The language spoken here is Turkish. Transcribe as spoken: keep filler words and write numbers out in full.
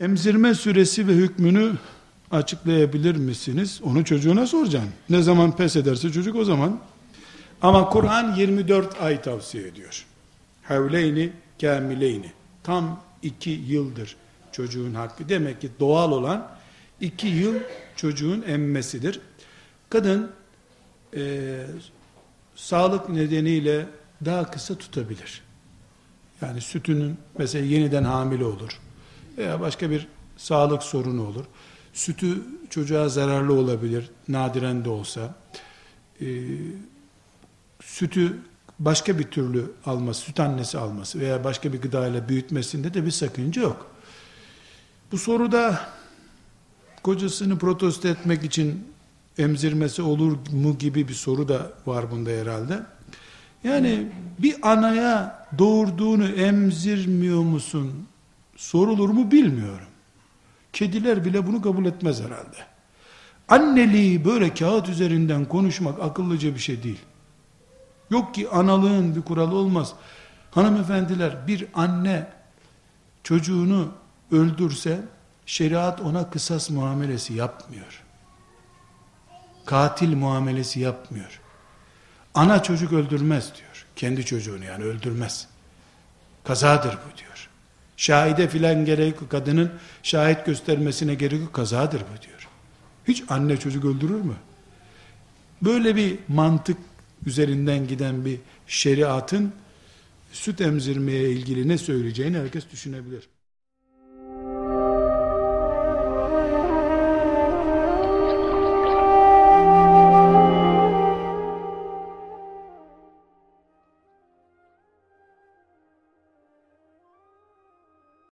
Emzirme süresi ve hükmünü açıklayabilir misiniz? Onu çocuğuna soracaksın. Ne zaman pes ederse çocuk o zaman. Ama Kur'an yirmi dört ay tavsiye ediyor. Havleyni kamileyni. Tam iki yıldır çocuğun hakkı. Demek ki doğal olan iki yıl çocuğun emmesidir. Kadın e, sağlık nedeniyle daha kısa tutabilir. Yani sütünün mesela yeniden hamile olur. Veya başka bir sağlık sorunu olur. Sütü çocuğa zararlı olabilir, nadiren de olsa. Ee, sütü başka bir türlü alması, süt annesi alması veya başka bir gıdayla büyütmesinde de bir sakınca yok. Bu soruda kocasını protesto etmek için emzirmesi olur mu gibi bir soru da var bunda herhalde. Yani bir anaya doğurduğunu emzirmiyor musun sorulur mu bilmiyorum. Kediler bile bunu kabul etmez herhalde. Anneliği böyle kağıt üzerinden konuşmak akıllıca bir şey değil. Yok ki analığın bir kuralı olmaz. Hanımefendiler, bir anne çocuğunu öldürse şeriat ona kısas muamelesi yapmıyor. Katil muamelesi yapmıyor. Ana çocuk öldürmez diyor. Kendi çocuğunu yani öldürmez. Kazadır bu diyor. Şahide filan gerek yok. Kadının şahit göstermesine gerek yok. Kazadır bu diyor. Hiç anne çocuk öldürür mü? Böyle bir mantık üzerinden giden bir şeriatın süt emzirmeye ilgili ne söyleyeceğini herkes düşünebilir.